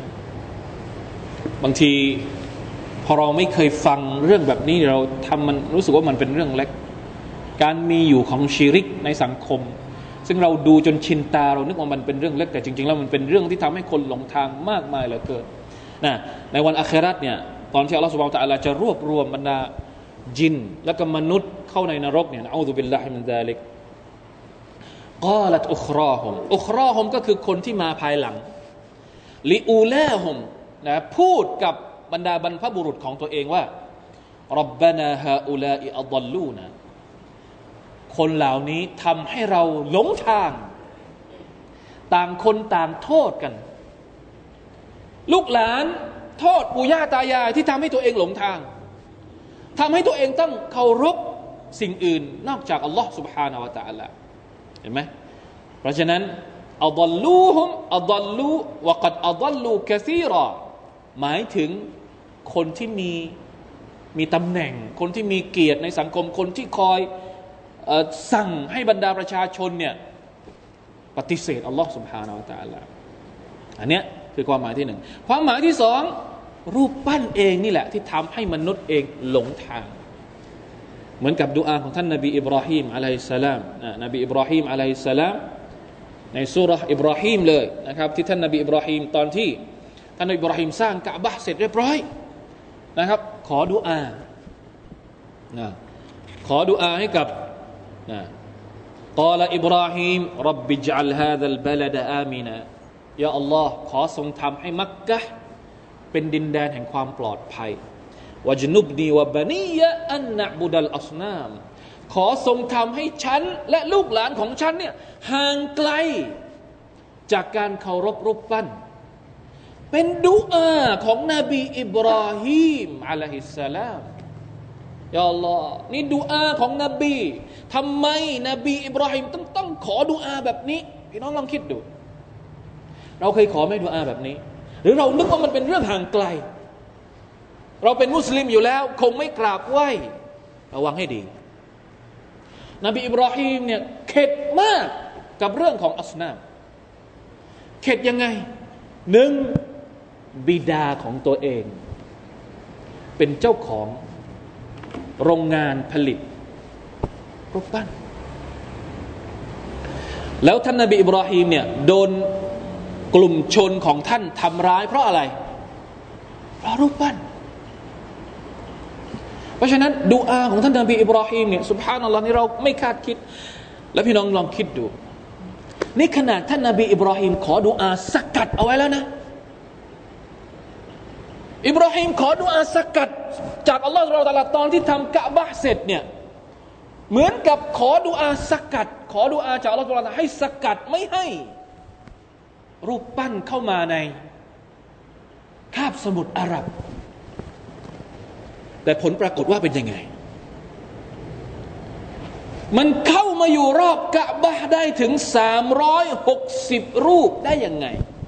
บางทีพอเราไม่เคยฟังเรื่องแบบนี้เราทำมันรู้สึกว่ามันเป็นเรื่องเล็กการมีอยู่ของชิริกในสังคมซึ่งเราดูจนชินตาเรานึกว่ามันเป็นเรื่องเล็กแต่จริงๆแล้วมันเป็นเรื่องที่ทำให้คนหลงทางมากมายเหลือเกินนะในวันอาคิเราะห์เนี่ยตอนที่อัลเลาะห์ซุบฮานะฮูวะตะอาลาจะรวบรวมบรรดาจินและก็มนุษย์เข้าในนรกเนี่ยนะอูซุบิลลาฮิมินซาลิกกาลัตอุคราฮุมก็คือคนที่มาภายหลังลิอูลาฮุมนะพูดกับบรรดาบรรพบุรุษของตัวเองว่าร็อบบานาฮาอูลาอิอัฎลลูนะคนเหล่านี้ทำให้เราหลงทางต่างคนต่างโทษกันลูกหลานโทษปู่ย่าตายายที่ทำให้ตัวเองหลงทางทำให้ตัวเองต้องเคารพสิ่งอื่นนอกจากอัลลอฮ์ سبحانه และ تعالى เห็นไหมเพราะฉะนั้นอัฎลลูฮุมอัฎลลูวะกัดอัฎลลูกะซีรอหมายถึงคนที่มีตำแหน่งคนที่มีเกียรติในสังคมคนที่คอยสั่งให้บรรดาประชาชนเนี่ยปฏิเสธอัลลอฮ์ سبحانه และ تعالى อันเนี้ยคือความหมายที่หนึ่งความหมายที่สองรูปปั้นเองนี่แหละที่ทำให้มนุษย์เองหลงทางเหมือนกับดุอาของท่านนบีอิบราฮิมอะลัยฮิสสลามนบีอิบราฮิมอะลัยฮิสสลามในซูเราะห์อิบราฮิมเลยนะครับที่ท่านนบีอิบราฮิมตอนที่ท่านนบีอิบราฮิมสร้างกะอ์บะห์เสร็จเรียบร้อยนะครับขอดุอาขอดุอาให้กับกาลอิบราฮิมร็อบบิญญัลฮาซัลบะลดะอามินะยาอัลลอฮ์ขอทรงทำให้มักกะห์เป็นดินแดนแห่งความปลอดภัยวะจนุบนีวะบะนียะอันนะบุดัลอัศนามขอทรงทำให้ฉันและลูกหลานของฉันเนี่ยห่างไกลจากการเคารพรูปปั้นเป็นดุอาของนบีอิบราฮิมอะลัยฮิสสลามยาอัลลอฮ์นี่ดุอาของนบีทำไมนบีอิบราฮิมต้องขอดุอาแบบนี้พี่น้องลองคิดดูเราเคยขอไหมดุอาแบบนี้หรือเรานึกว่ามันเป็นเรื่องห่างไกลเราเป็นมุสลิมอยู่แล้วคงไม่กราบไหว้ระวังให้ดีนบีอิบราฮิมเนี่ยเข็ดมากกับเรื่องของอัศนามเข็ดยังไงหนึ่งบิดาของตัวเองเป็นเจ้าของโรงงานผลิตรูปปั้นแล้วท่านนบีอิบราฮิมเนี่ยโดนกลุ่มชนของท่านทำร้ายเพราะอะไรเพราะรูปปั้นเพราะฉะนั้นดุอาของท่านนบีอิบราฮิมเนี่ยซุบฮานัลลอฮ์นี่เราไม่คาดคิดแล้วพี่น้องลองคิดดูนี่ขนาดท่านนบีอิบราฮิมขอดุอาสกัดเอาไว้แล้วนะอิบราฮิมขอดุอาสกัดจากอัลลอฮฺซุบฮานะฮูวะตะอาลาตอนที่ทำกะบะห์เสร็จเนี่ยเหมือนกับขอดุอาสกัดขอดุอาจากอัลลอฮฺซุบฮานะฮูวะตะอาลาให้สกัดไม่ให้รูปปั้นเข้ามาในคาบสมุทรอาหรับแต่ผลปรากฏว่าเป็นยังไงมันเข้ามาอยู่รอบกะบะห์ได้ถึง360รูปได้ยังไง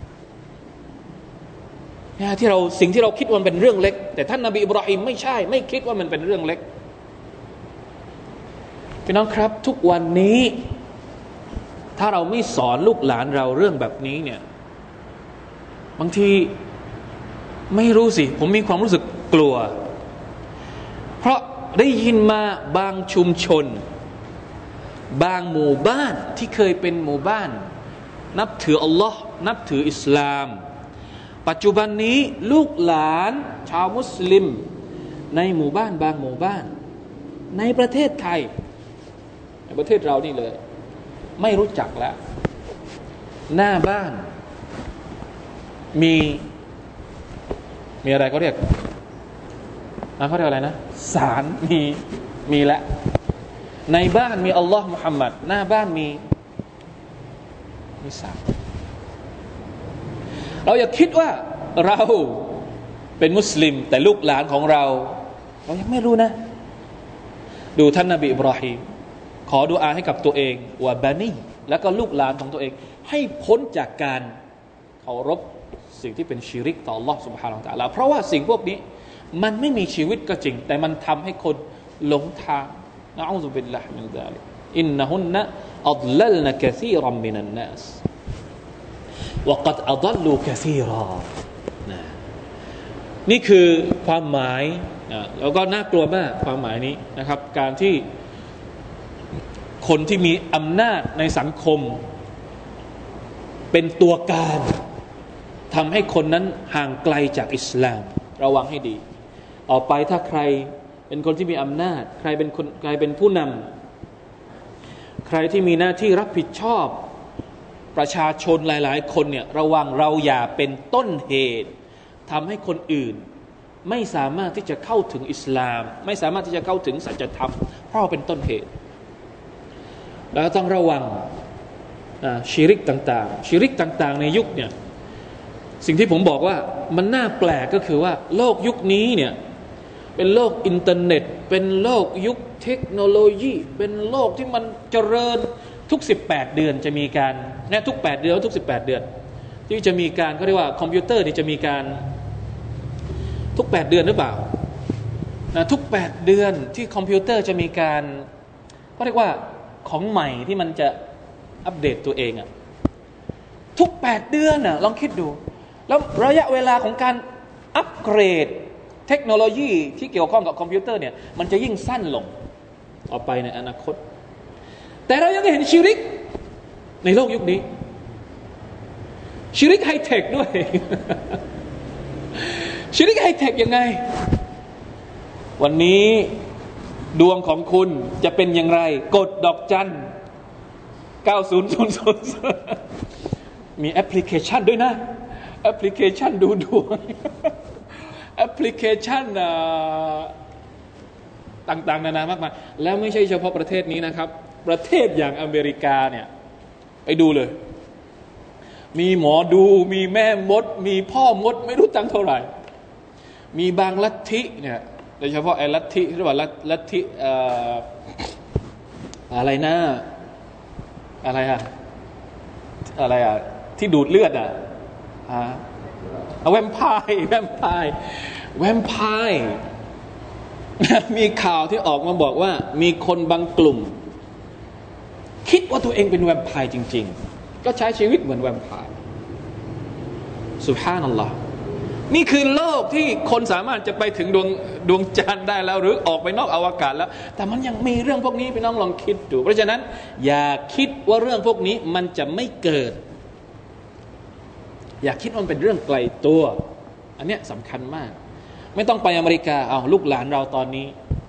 ที่เราสิ่งที่เราคิดว่ามันเป็นเรื่องเล็กแต่ท่านนบีอิบราฮิมไม่ใช่ไม่คิดว่ามันเป็นเรื่องเล็กพี่น้องครับทุกวันนี้ถ้าเราไม่สอนลูกหลานเราเรื่องแบบนี้เนี่ยบางทีไม่รู้สิผมมีความรู้สึกกลัวเพราะได้ยินมาบางชุมชนบางหมู่บ้านที่เคยเป็นหมู่บ้านนับถืออัลลอฮ์นับถืออิสลามปัจจุบันนี้ลูกหลานชาวมุสลิมในหมู่บ้านบางหมู่บ้านในประเทศไทยในประเทศเรานี่เลยไม่รู้จักแล้วหน้าบ้านมีอะไรเขาเรียกอะไรนะศาลมีแล้วในบ้านมีอัลลอฮ์มุฮัมมัดหน้าบ้านมีศาลเราอย่าคิดว่าเราเป็นมุสลิมแต่ลูกหลานของเรายังไม่รู้นะดูท่านนบีอิบราฮิมขอดุอาให้กับตัวเองวะบานีแล้วก็ลูกหลานของตัวเองให้พ้นจากการเคารพสิ่งที่เป็นชิริกต่อ Allah Subhanahu Wa Taala เพราะว่าสิ่งพวกนี้มันไม่มีชีวิตก็จริงแต่มันทำให้คนหลงทางนะอูซุบิลลาฮิมินซาลิกอินนะฮุนนะอัฎลัลนะกะซีรัมมินันนัสวะกัดอัฎลัูกะซีรานี่คือความหมายแล้วก็น่ากลัวมากความหมายนี้นะครับการที่คนที่มีอำนาจในสังคมเป็นตัวการทำให้คนนั้นห่างไกลจากอิสลามระวังให้ดีต่อไปถ้าใครเป็นคนที่มีอำนาจใครเป็นผู้นำใครที่มีหน้าที่รับผิดชอบประชาชนหลายๆคนเนี่ยระวังเราอย่าเป็นต้นเหตุทำให้คนอื่นไม่สามารถที่จะเข้าถึงอิสลามไม่สามารถที่จะเข้าถึงสัจธรรมเพราะเป็นต้นเหตุแล้วต้องระวังชิริกต่างๆชิริกต่างๆในยุคเนี่ยสิ่งที่ผมบอกว่ามันน่าแปลกก็คือว่าโลกยุคนี้เนี่ยเป็นโลกอินเทอร์เน็ตเป็นโลกยุคเทคโนโลยีเป็นโลกที่มันเจริญทุก18เดือนจะมีการเนี่ยทุก8เดือนทุก18เดือนที่จะมีการเขาเรียกว่าคอมพิวเตอร์นี่จะมีการทุก8เดือนหรือเปล่าทุก8เดือนที่คอมพิวเตอร์จะมีการเขาเรียกว่าของใหม่ที่มันจะอัปเดตตัวเองอะทุก8เดือนน่ะลองคิดดูแล้วระยะเวลาของการอัปเกรดเทคโนโลยีที่เกี่ยวข้องกับคอมพิวเตอร์เนี่ยมันจะยิ่งสั้นลงต่อไปในอนาคตแต่เรายังเห็นชิริกในโลกยุคนี้ชิริกไฮเทคด้วย ชิริกไฮเทคยังไงวันนี้ดวงของคุณจะเป็นอย่างไรกดดอกจัน9000มีแอปพลิเคชันด้วยนะแอปพลิเคชันดูดวงแอปพลิเคชันต่างๆนานามากมายแล้วไม่ใช่เฉพาะประเทศนี้นะครับประเทศอย่างอเมริกาเนี่ยไปดูเลยมีหมอดูมีแม่มดมีพ่อมดไม่รู้ตั้งเท่าไหร่มีบางลัทธิเนี่ยโดยเฉพาะไอ้ลัทธิที่ว่าลัทธิอะไรนะอะไรที่ดูดเลือดแวมไพร์มีข่าวที่ออกมาบอกว่ามีคนบางกลุ่มคิดว่าตัวเองเป็นแวมไพร์จริงๆก็ใช้ชีวิตเหมือนแวมไพร์ซุบฮานัลลอฮ์นี่คือโลกที่คนสามารถจะไปถึงดวงจันทร์ได้แล้วหรือออกไปนอกอวกาศแล้วแต่มันยังมีเรื่องพวกนี้พี่น้องลองคิดดูเพราะฉะนั้นอย่าคิดว่าเรื่องพวกนี้มันจะไม่เกิดอย่าคิดว่ามันเป็นเรื่องไกลตัวอันเนี้ยสำคัญมากไม่ต้องไปอเมริกาเอาลูกหลานเราตอนนี้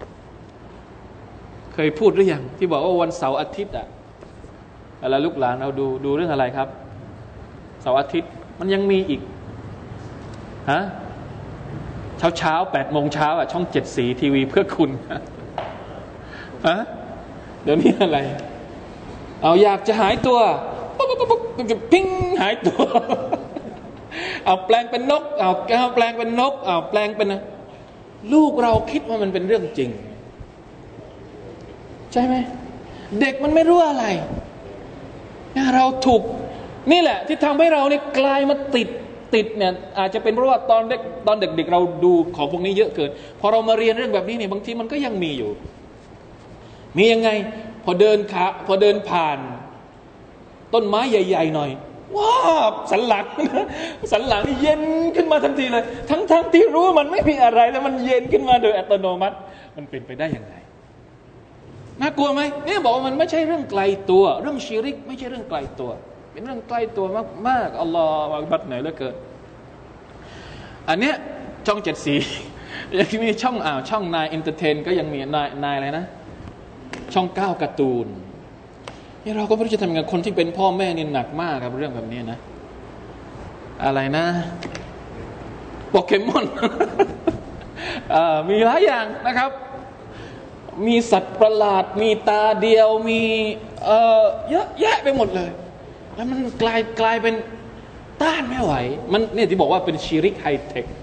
เคยพูดหรือยังที่บอกว่าวันเสาร์อาทิตย์อ่ะแล้วลูกหลานเราดูเรื่องอะไรครับเสาร์อาทิตย์มันยังมีอีกฮะเช้า8 โมงเช้าอ่ะช่อง7 สีทีวีเพื่อคุณฮะเดี๋ยวนี้อะไรเอาอยากจะหายตัวปุ๊บปิ้งหายตัวเอาแปลงเป็นนกเอาแปลงเป็นนกเอาแปลงเป็นนะลูกเราคิดว่ามันเป็นเรื่องจริงใช่ไหมเด็กมันไม่รู้อะไรเราถูกนี่แหละที่ทำให้เราเนี่ยกลายมาติดเนี่ยอาจจะเป็นเพราะว่าตอนเด็กๆเราดูของพวกนี้เยอะเกินพอเรามาเรียนเรื่องแบบนี้เนี่ยบางทีมันก็ยังมีอยู่มียังไงพอเดินผ่านต้นไม้ใหญ่ๆหน่อยว้าวสันหลังนี่เย็นขึ้นมาทันทีเลยทั้งที่รู้มันไม่มีอะไรแล้วมันเย็นขึ้นมาโดยอัตโนมัติมันเป็นไปได้ยังไงน่ากลัวไหมเนี่ยบอกว่ามันไม่ใช่เรื่องไกลตัวเรื่องชิริกไม่ใช่เรื่องไกลตัวเป็นเรื่องใกล้ตัวมากๆอัลลอฮฺอักบัรไหนเหลือเกินอันเนี้ยช่อง7 สียังมีช่องนายเอนเตอร์เทนก็ยังมีนายอะไรนะช่อง9การ์ตูนนี่เราก็ไม่รู้จะทำยังไงคนที่เป็นพ่อแม่นี่หนักมากครับเรื่องแบบนี้นะอะไรนะโปเกมอน มีหลายอย่างนะครับมีสัตว์ประหลาดมีตาเดียวมีเยอะแยะไปหมดเลยแล้วมันกลายเป็นต้านไม่ไหวมันเนี่ยที่บอกว่าเป็นชิริกไฮเทค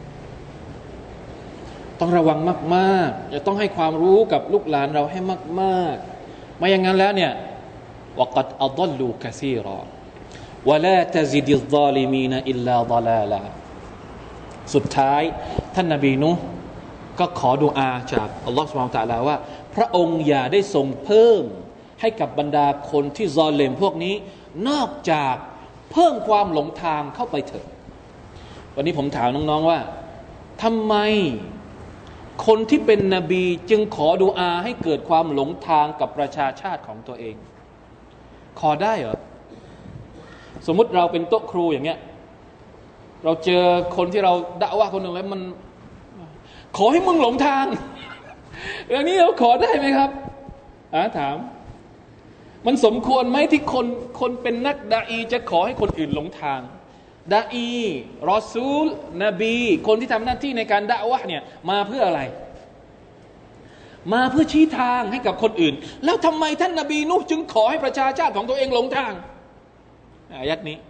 ต้องระวังมากๆจะต้องให้ความรู้กับลูกหลานเราให้มากๆไม่อย่างนั้นแล้วเนี่ยوقد أضلوا كثيرا ولا تزد الظالمين إلا ضلالا สุดท้ายท่านนบีนูห์ก็ขอดุอาจากอัลลอฮฺซุบฮานะฮูวะตะอาลาว่าพระองค์อย่าได้ทรงเพิ่มให้กับบรรดาคนที่ซอเลมพวกนี้นอกจากเพิ่มความหลงทางเข้าไปเถิดวันนี้ผมถามน้องๆว่าทำไมคนที่เป็นนบีจึงขอดุอาให้เกิดความหลงทางกับประชาชาติของตัวเองขอได้เหรอสมมุติเราเป็นโต๊ะครูอย่างเงี้ยเราเจอคนที่เราด่าว่าคนหนึ่งแล้วมันขอให้มึงหลงทางอย่างนี้เราขอได้ไหมครับถามมันสมควรไหมที่คนเป็นนักดาอีจะขอให้คนอื่นหลงทางดาอีรอซูลนบีคนที่ทำหน้าที่ในการด่าวะเนี่ยมาเพื่ออะไรมาเพื่อชี้ทางให้กับคนอื่นแล้วทำไมท่านนบีนูห์จึงขอให้ประชาชาติของตัวเองหลงทางอายัดนี้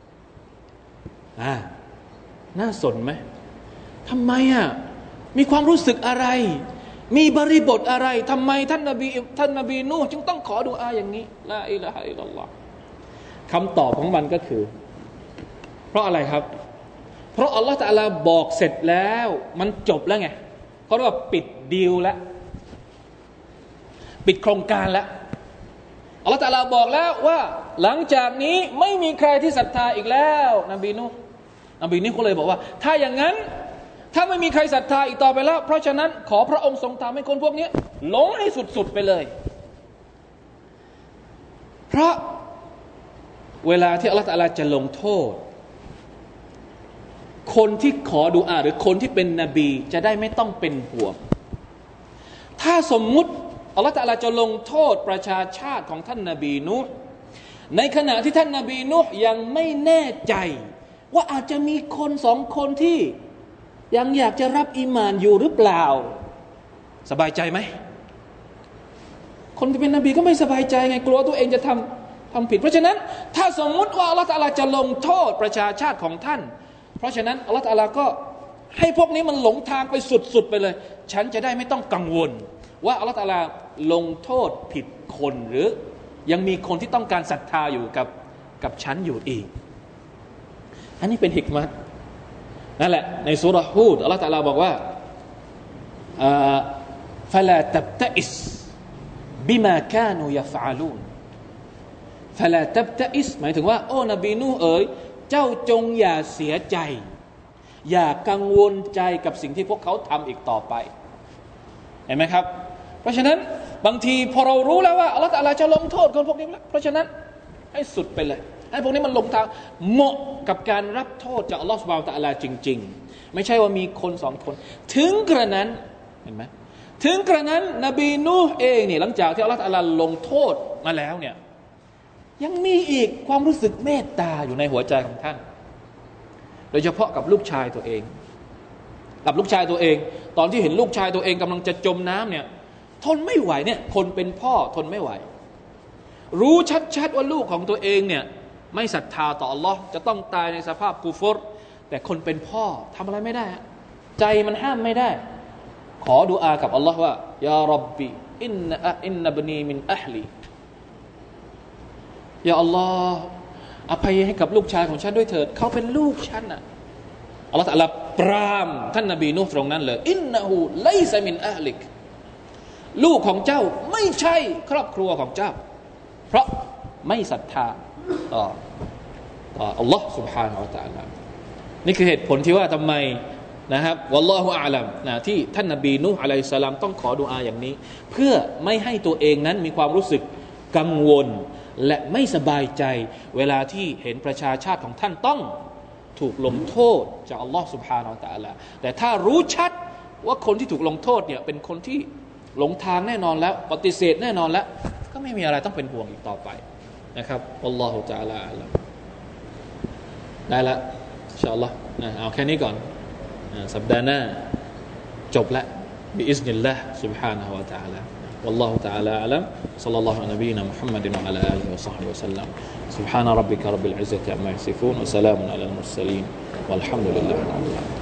น่าสนไหมทำไมมีความรู้สึกอะไรมีบริบทอะไรทำไมท่านนบีนูห์จึงต้องขอดุอาอย่างนี้ลาอิลาฮะอิลลัลลอฮ์คำตอบของมันก็คือเพราะอะไรครับเพราะอัลลอฮฺตะอาลาบอกเสร็จแล้วมันจบแล้วไงเขาเรียกว่าปิดดีลแล้วปิดโครงการแล้วอัลลอฮฺตะอาลาบอกแล้วว่าหลังจากนี้ไม่มีใครที่ศรัทธาอีกแล้วนบีนูห์ก็เลยบอกว่าถ้าอย่างนั้นถ้าไม่มีใครศรัทธาอีกต่อไปแล้วเพราะฉะนั้นขอพระองค์ทรงทำให้คนพวกนี้หลงให้สุดๆไปเลยเพราะเวลาที่อัลลอฮฺตะอาลาจะลงโทษคนที่ขอดุอาหรือคนที่เป็นนบีจะได้ไม่ต้องเป็นห่วงถ้าสมมุติอัลลอฮฺตะอาลาจะลงโทษประชาชาติของท่านนบีนูห์ในขณะที่ท่านนบีนูห์ยังไม่แน่ใจว่าอาจจะมีคน2 คนที่ยังอยากจะรับอีหม่านอยู่หรือเปล่าสบายใจไหมคนที่เป็นนบีก็ไม่สบายใจไงกลัวตัวเองจะทำผิดเพราะฉะนั้นถ้าสมมุติว่าอัลลอฮฺตะอาลาจะลงโทษประชาชาติของท่านเพราะฉะนั้นอัลลอฮฺตะอาลาก็ให้พวกนี้มันหลงทางไปสุดๆไปเลยฉันจะได้ไม่ต้องกังวลว่าอัลลอฮฺตะอาลาลงโทษผิดคนหรือยังมีคนที่ต้องการศรัทธาอยู่กับฉันอยู่อีกอันนี้เป็นฮิกมะห์นั่นแหละในซูเราะห์ฮูดอัลเลาะห์ตะอาลาบอกว่าฟะลาตับตะอิสบิมากานูยัฟอะลูนฟะลาตับตะอิสหมายถึงว่าโอ้นบีนูห์เอ๋ยเจ้าจงอย่าเสียใจอย่ากังวลใจกับสิ่งที่พวกเขาทำอีกต่อไปเห็นไหมครับเพราะฉะนั้นบางทีพอเรารู้แล้วว่าอัลเลาะห์ตะอาลาจะลงโทษคนพวกนี้แล้วเพราะฉะนั้นให้สุดไปเลยให้พวกนี้มันลงทางเหมาะกับการรับโทษจากอัลเลาะห์ซุบฮานะฮูวะตะอาลาจริงๆไม่ใช่ว่ามีคนสองคนถึงกระนั้นเห็นไหมถึงกระนั้นนบีนูห์เองเนี่ยหลังจากที่อัลเลาะห์ตะอาลาลงโทษมาแล้วเนี่ยยังมีอีกความรู้สึกเมตตาอยู่ในหัวใจของท่านโดยเฉพาะกับลูกชายตัวเองตอนที่เห็นลูกชายตัวเองกำลังจะจมน้ำเนี่ยทนไม่ไหวเนี่ยคนเป็นพ่อทนไม่ไหวรู้ชัดๆว่าลูกของตัวเองเนี่ยไม่ศรัทธาต่ออัลลอฮ์จะต้องตายในสภาพกุฟรแต่คนเป็นพ่อทำอะไรไม่ได้ใจมันห้ามไม่ได้ขอดุอากับอัลลอฮ์ว่ายาร็อบบีอินนบนีมินอะฮลียาอัลลอฮ์อภัยให้กับลูกชายของฉันด้วยเถิดเขาเป็นลูกฉันน่ะอัลลอฮ์ตะอาลาปรามท่านนบีนูห์ตรงนั้นเลยอินนะฮูไลซะมินอะฮลิกลูกของเจ้าไม่ใช่ครอบครัวของเจ้าเพราะไม่ศรัทธาต่ออัลลอฮ์ سبحانه และ تعالى นี่คือเหตุผลที่ว่าทำไมนะครับวัลลอฮุอาลัมนะที่ท่านนบีนูห์อะลัยฮิสสลามต้องขอดุอาอย่างนี้เพื่อไม่ให้ตัวเองนั้นมีความรู้สึกกังวลและไม่สบายใจเวลาที่เห็นประชาชาติของท่านต้องถูกลงโทษจากอัลลอฮ์ سبحانه และ تعالى แต่ถ้ารู้ชัดว่าคนที่ถูกลงโทษเนี่ยเป็นคนที่หลงทางแน่นอนแล้วปฏิเสธแน่นอนแล้วก็ไม่มีอะไรต้องเป็นห่วงอีกต่อไปนะครับอัลลอฮฺ تعالى อาลัมได้ละอินชาอัลลอฮ์เอาแค่นี้ก่อนสัปดาห์หน้าจบละบิอิซนิลลาห์ سبحانه และ تعالى والله تعالى أعلم صلى الله على نبينا محمد وعلى آله وصحبه وسلم سبحان ربك رب العزة عما يصفون وسلام على المرسلين والحمد لله رب العالمين